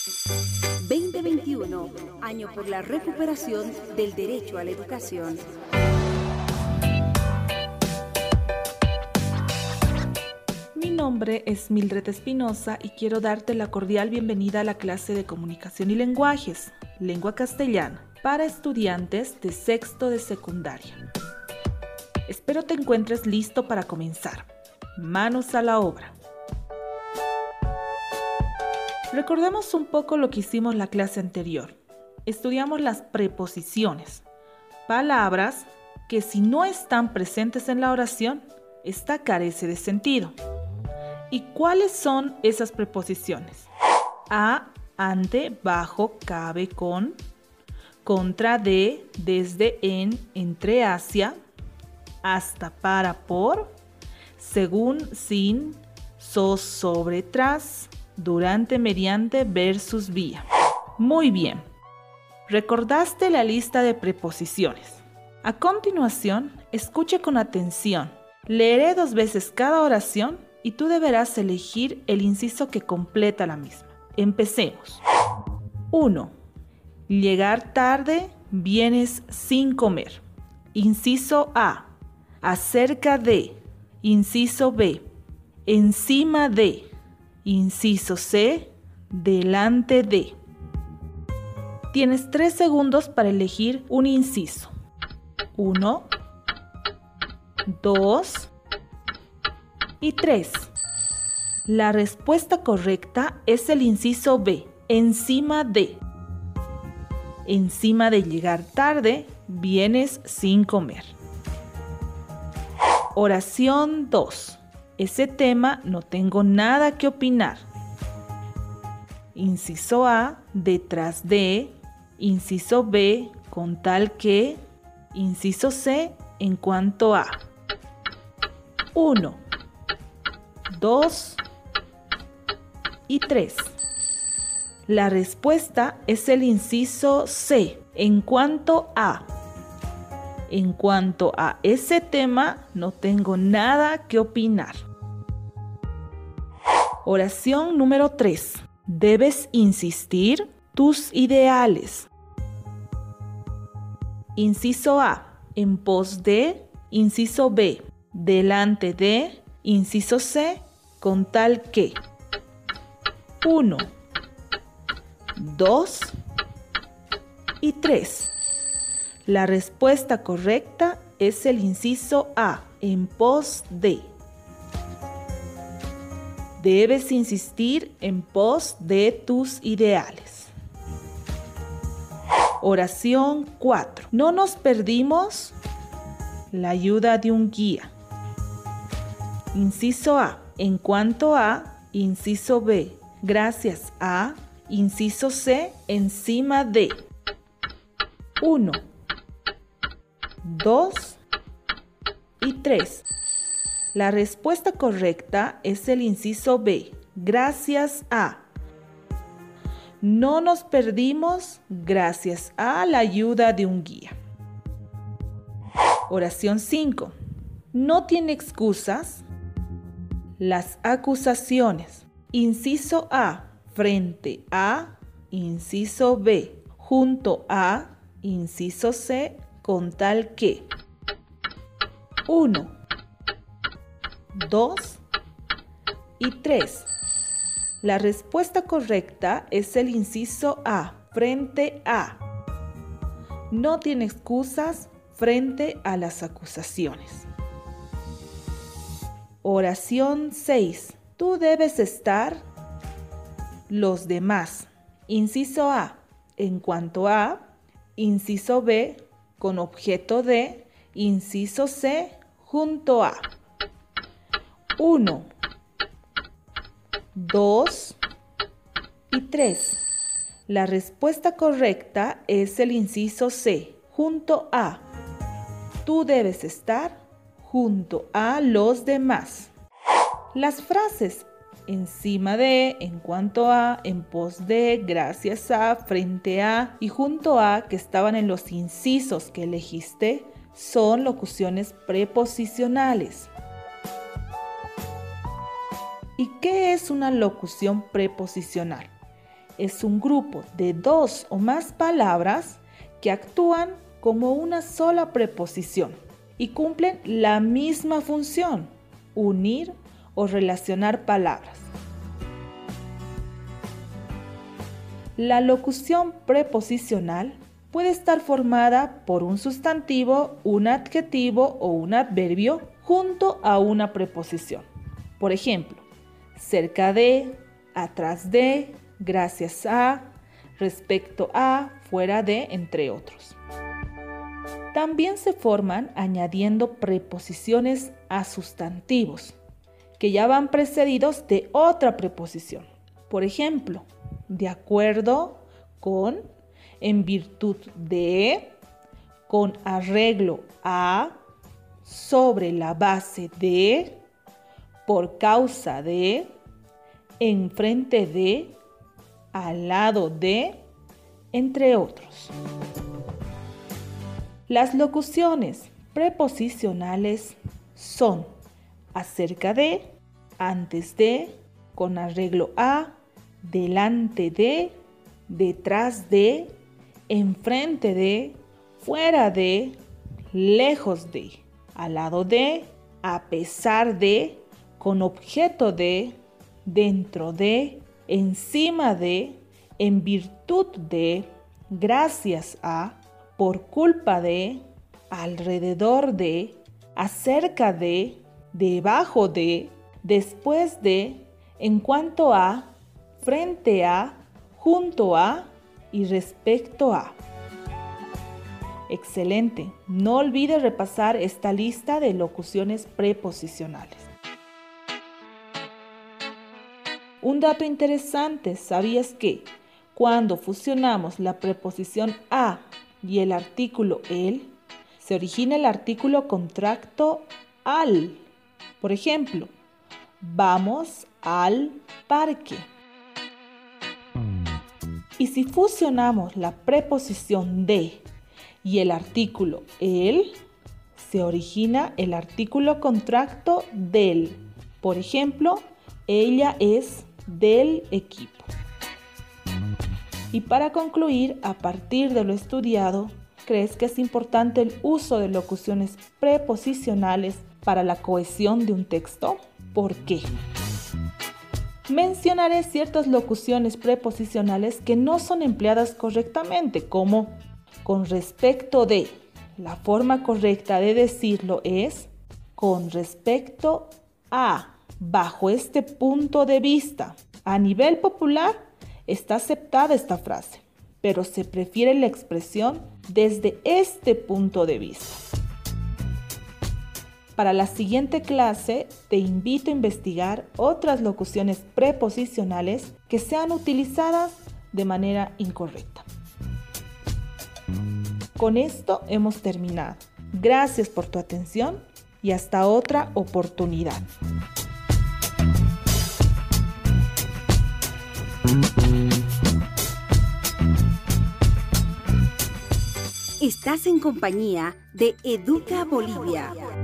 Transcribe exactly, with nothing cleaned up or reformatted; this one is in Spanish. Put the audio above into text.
veinte veintiuno, año por la recuperación del derecho a la educación. Mi nombre es Mildred Espinosa y quiero darte la cordial bienvenida a la clase de Comunicación y Lenguajes, Lengua Castellana, para estudiantes de sexto de secundaria. Espero te encuentres listo para comenzar. Manos a la obra. Recordemos un poco lo que hicimos la clase anterior. Estudiamos las preposiciones, palabras que si no están presentes en la oración, esta carece de sentido. ¿Y cuáles son esas preposiciones? A, ante, bajo, cabe, con, contra, de, desde, en, entre, hacia, hasta, para, por, según, sin, so, sobre, tras, durante, mediante, versus, vía. Muy bien. ¿Recordaste la lista de preposiciones? A continuación, escuche con atención. Leeré dos veces cada oración y tú deberás elegir el inciso que completa la misma. Empecemos. uno. Llegar tarde, vienes sin comer. Inciso A. Acerca de. Inciso B. Encima de. Inciso C. Delante de. Tienes tres segundos para elegir un inciso. uno, dos y tres. La respuesta correcta es el inciso B, encima de. Encima de llegar tarde, vienes sin comer. Oración dos. Ese tema no tengo nada que opinar. Inciso A, detrás de. Inciso B, con tal que. Inciso C, en cuanto a. uno, dos y tres. La respuesta es el inciso C, en cuanto a. En cuanto a ese tema, no tengo nada que opinar. Oración número tres. Debes insistir tus ideales. Inciso A, en pos de. Inciso B, delante de. Inciso C, con tal que. uno, dos y tres. La respuesta correcta es el inciso A, en pos de. Debes insistir en pos de tus ideales. Oración cuatro. No nos perdimos la ayuda de un guía. Inciso A, en cuanto a. Inciso B, gracias a. Inciso C, encima de. uno, dos y tres. La respuesta correcta es el inciso B, gracias a. No nos perdimos gracias a la ayuda de un guía. Oración cinco. No tiene excusas las acusaciones. Inciso A, frente a. Inciso B, junto a. Inciso C, con tal que. uno, dos y tres. La respuesta correcta es el inciso A, frente a. No tiene excusas frente a las acusaciones. Oración seis. Tú debes estar. Los demás. Inciso A, en cuanto a. Inciso B, con objeto de. Inciso C, junto a. uno, dos y tres. La respuesta correcta es el inciso C, junto a. Tú debes estar junto a los demás. Las frases encima de, en cuanto a, en pos de, gracias a, frente a y junto a, que estaban en los incisos que elegiste, son locuciones preposicionales. ¿Y qué es una locución preposicional? es un grupo de dos o más palabras que actúan como una sola preposición y cumplen la misma función, unir o relacionar palabras. La locución preposicional puede estar formada por un sustantivo, un adjetivo o un adverbio junto a una preposición. Por ejemplo, cerca de, atrás de, gracias a, respecto a, fuera de, entre otros. También se forman añadiendo preposiciones a sustantivos, que ya van precedidos de otra preposición. Por ejemplo, de acuerdo con, en virtud de, con arreglo a, sobre la base de, por causa de, enfrente de, al lado de, entre otros. Las locuciones preposicionales son acerca de, antes de, con arreglo a, delante de, detrás de, enfrente de, fuera de, lejos de, al lado de, a pesar de, con objeto de, dentro de, encima de, en virtud de, gracias a, por culpa de, alrededor de, acerca de, debajo de, después de, en cuanto a, frente a, junto a y respecto a. Excelente. No olvides repasar esta lista de locuciones preposicionales. Un dato interesante, ¿sabías que cuando fusionamos la preposición a y el artículo el, se origina el artículo contracto al? Por ejemplo, vamos al parque. Y si fusionamos la preposición de y el artículo el, se origina el artículo contracto del. Por ejemplo, ella es del equipo. Y para concluir, a partir de lo estudiado, ¿crees que es importante el uso de locuciones preposicionales para la cohesión de un texto? ¿Por qué? Mencionaré ciertas locuciones preposicionales que no son empleadas correctamente, como con respecto de. La forma correcta de decirlo es con respecto a, bajo este punto de vista. A nivel popular está aceptada esta frase, pero se prefiere la expresión desde este punto de vista. Para la siguiente clase te invito a investigar otras locuciones preposicionales que sean utilizadas de manera incorrecta. Con esto hemos terminado. Gracias por tu atención y hasta otra oportunidad. Estás en compañía de Educa Bolivia.